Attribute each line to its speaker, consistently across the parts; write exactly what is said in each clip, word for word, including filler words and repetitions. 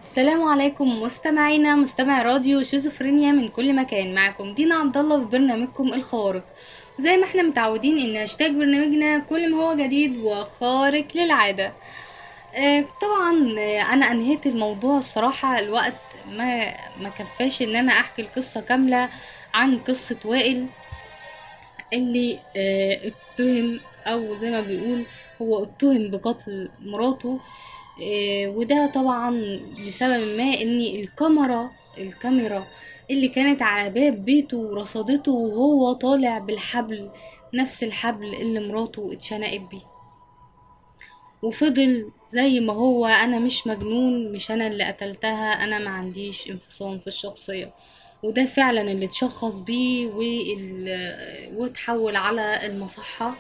Speaker 1: السلام عليكم مستمعينا مستمع راديو شيزوفرينيا من كل مكان. معكم دينا عبد الله في برنامجكم الخوارق. زي ما احنا متعودين ان هاشتاج برنامجنا كل ما هو جديد وخارق للعادة. آه، طبعا آه، انا انهيت الموضوع الصراحة. الوقت ما ما كفاش ان انا احكي القصة كاملة عن قصة وائل اللي آه، اتهم، او زي ما بيقول هو اتهم بقتل مراته. آه، وده طبعا لسبب ما ان الكاميرا الكاميرا اللي كانت على باب بيته رصدته وهو طالع بالحبل، نفس الحبل اللي مراته اتشنقت بيه. وفضل زي ما هو: انا مش مجنون، مش انا اللي قتلتها، انا ما عنديش انفصام في الشخصية. وده فعلا اللي اتشخص بيه وال- واتحول على المصحة،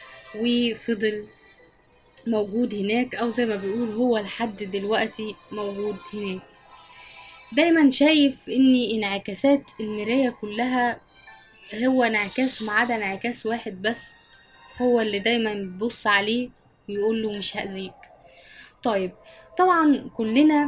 Speaker 1: وفضل موجود هناك، او زي ما بيقول هو لحد دلوقتي موجود هناك. دايما شايف ان انعكاسات المراية كلها هو انعكاس ما عدا انعكاس واحد بس، هو اللي دايما بيبص عليه ويقول له مش هأذيك. طيب، طبعا كلنا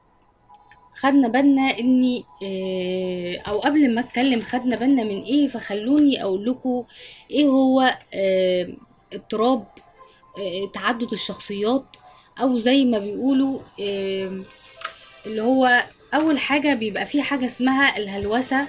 Speaker 1: خدنا بالنا اني آه، او قبل ما اتكلم خدنا بالنا من ايه، فخلوني اقول لكم ايه هو آه، اضطراب آه، تعدد الشخصيات، او زي ما بيقولوا آه، اللي هو اول حاجة بيبقى فيه حاجة اسمها الهلوسة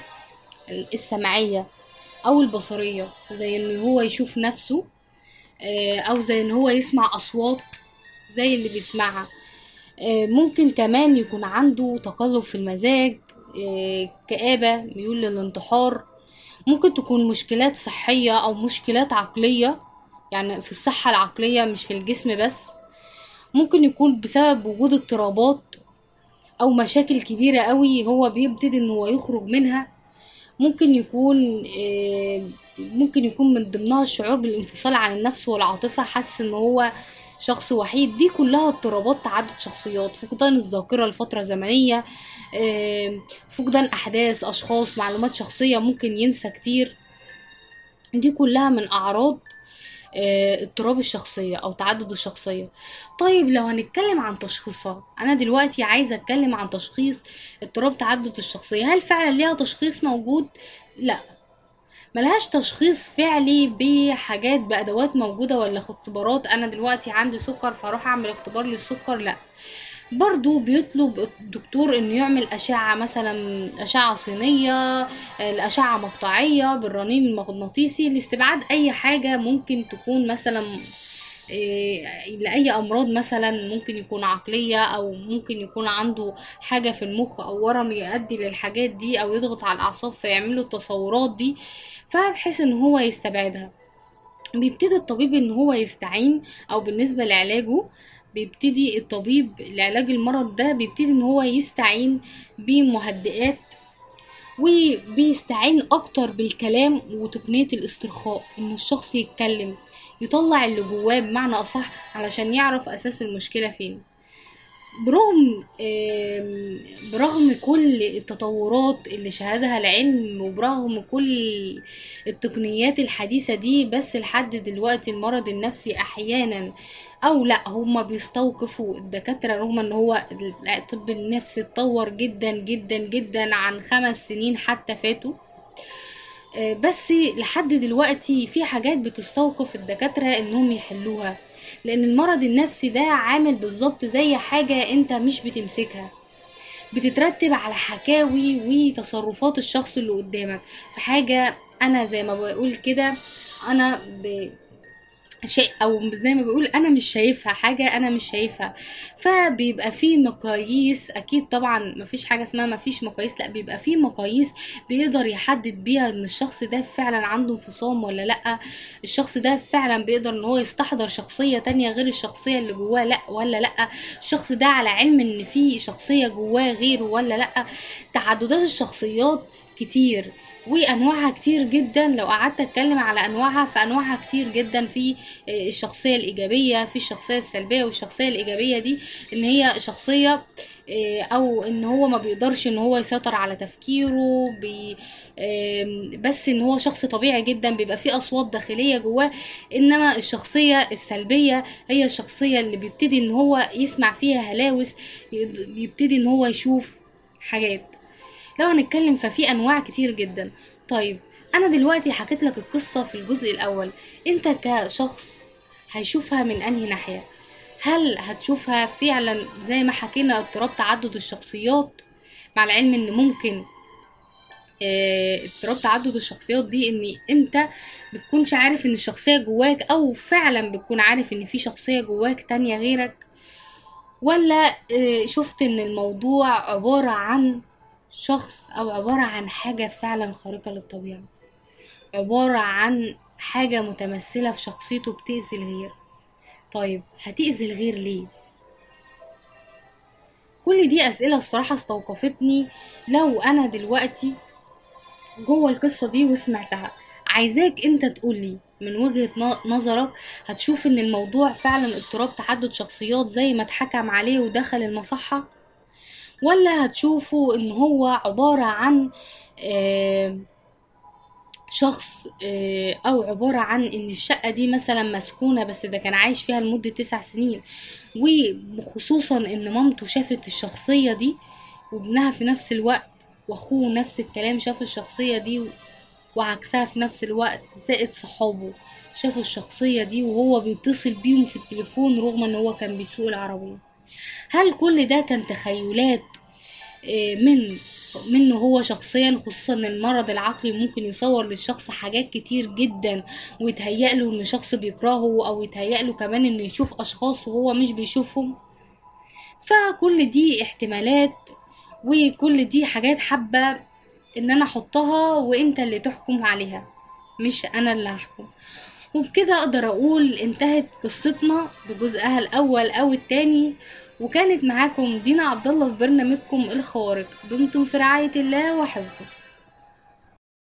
Speaker 1: السمعية او البصرية، زي ان هو يشوف نفسه، آه، او زي ان هو يسمع اصوات زي اللي بيسمعها. آه، ممكن كمان يكون عنده تقلب في المزاج، آه، كآبة، ميول للانتحار. ممكن تكون مشكلات صحية أو مشكلات عقلية، يعني في الصحة العقلية مش في الجسم بس. ممكن يكون بسبب وجود اضطرابات أو مشاكل كبيرة قوي هو بيبتدي إن هو يخرج منها. ممكن يكون آه، ممكن يكون من ضمنها الشعور بالانفصال عن النفس والعاطفة، حاسس ان هو شخص وحيد. دي كلها اضطرابات تعدد شخصيات، فقدان الذاكرة لفترة زمنية، آه، فقدان احداث، اشخاص، معلومات شخصية، ممكن ينسى كتير. دي كلها من اعراض آه، اضطراب الشخصية او تعدد الشخصية. طيب، لو هنتكلم عن تشخيصها، انا دلوقتي عايزة اتكلم عن تشخيص اضطراب تعدد الشخصية. هل فعلا ليها تشخيص موجود؟ لا، ملهاش تشخيص فعلي بحاجات بأدوات موجودة ولا اختبارات. أنا دلوقتي عندي سكر فاروح أعمل اختبار للسكر، لأ. برضو بيطلب الدكتور انه يعمل اشعة، مثلا اشعة صينية، الاشعة مقطعية بالرنين المغناطيسي لاستبعاد اي حاجة ممكن تكون مثلا إيه، لأي أمراض، مثلا ممكن يكون عقلية، أو ممكن يكون عنده حاجة في المخ أو ورم يؤدي للحاجات دي، أو يضغط على الأعصاب فيعمله التصورات دي، فبحيث إن هو يستبعدها. بيبتدي الطبيب إن هو يستعين، أو بالنسبة لعلاجه بيبتدي الطبيب لعلاج المرض ده بيبتدي إن هو يستعين بمهدئات، وبيستعين اكتر بالكلام وتقنية الاسترخاء، ان الشخص يتكلم يطلع اللي جواه بمعنى اصح علشان يعرف اساس المشكلة فين. برغم آم، برغم كل التطورات اللي شهدها العلم، وبرغم كل التقنيات الحديثة دي، بس لحد دلوقتي المرض النفسي احيانا او لا هما بيستوقفوا الدكاترة، رغم ان هو الطب النفسي اتطور جدا جدا جدا عن خمس سنين حتى فاتوا. آه، بس لحد دلوقتي في حاجات بتستوقف الدكاترة انهم يحلوها، لان المرض النفسي ده عامل بالظبط زي حاجة انت مش بتمسكها، بتترتب على حكاوي وتصرفات الشخص اللي قدامك في حاجة. انا زي ما بقول كده، انا ب... شيء، او زي ما بقول انا مش شايفها حاجة، انا مش شايفها. فبيبقى فيه مقاييس، اكيد طبعا مفيش حاجة اسمها مفيش مقاييس، لا، بيبقى فيه مقاييس بيقدر يحدد بيها ان الشخص ده فعلا عنده انفصام ولا لا. الشخص ده فعلا بيقدر ان هو يستحضر شخصية تانية غير الشخصية اللي جواه، لا ولا لا. الشخص ده على علم ان في شخصية جواه غيره ولا لا. تعددات الشخصيات كتير وانواعها كتير جدا. لو قعدت اتكلم على انواعها فانواعها كتير جدا. في الشخصية الإيجابية، في الشخصية السلبية. والشخصية الإيجابية دي إن هي شخصية إيه، او ان هو ما بيقدرش ان هو يسيطر على تفكيره بي آم، بس ان هو شخص طبيعي جدا بيبقى فيه اصوات داخلية جواه. انما الشخصية السلبية هي الشخصية اللي بيبتدي ان هو يسمع فيها هلاوس، يد- بيبتدي ان هو يشوف حاجات. لو هنتكلم ففي انواع كتير جدا. طيب، انا دلوقتي حكيت لك القصة في الجزء الاول، انت كشخص هيشوفها من انهي ناحية؟ هل هتشوفها فعلا زي ما حكينا اضطراب تعدد الشخصيات، مع العلم ان ممكن آه، اضطراب تعدد الشخصيات دي ان انت بتكونش عارف ان الشخصية جواك، او فعلا بتكون عارف ان في شخصية جواك تانية غيرك؟ ولا آه، شفت ان الموضوع عبارة عن شخص، او عبارة عن حاجة فعلا خارقة للطبيعة، عبارة عن حاجة متمثلة في شخصيته بتأذي الغير؟ طيب، هتأذي الغير ليه؟ كل دي أسئلة الصراحة استوقفتني. لو أنا دلوقتي جوه القصة دي وسمعتها، عايزاك انت تقولي من وجهة ن- نظرك، هتشوف ان الموضوع فعلا اضطراب تعدد شخصيات زي ما اتحكم عليه ودخل المصحة، ولا هتشوفه ان هو عبارة عن آه، شخص آه، او عبارة عن ان الشقة دي مثلا مسكونة بس ده كان عايش فيها لمدة تسع سنين، وخصوصا ان مامته شافت الشخصية دي وابنها في نفس الوقت، واخوه نفس الكلام شاف الشخصية دي وعكسها في نفس الوقت، زائد صحابه شافوا الشخصية دي وهو بيتصل بيهم في التليفون رغم ان هو كان بيسوق العربية. هل كل ده كان تخيلات آه، من منه هو شخصيا؟ خصوصا ان المرض العقلي ممكن يصور للشخص حاجات كتير جدا، ويتهيأ له ان شخص بيكرهه، او يتهيأ له كمان انه يشوف اشخاص وهو مش بيشوفهم. فكل دي احتمالات، وكل دي حاجات حابة ان انا احطها وانت اللي تحكم عليها، مش انا اللي هحكم. وبكده اقدر اقول انتهت قصتنا بجزءها الاول او التاني. وكانت معاكم دينا عبد الله في برنامجكم الخوارق. دمتم في رعاية الله وحفظه.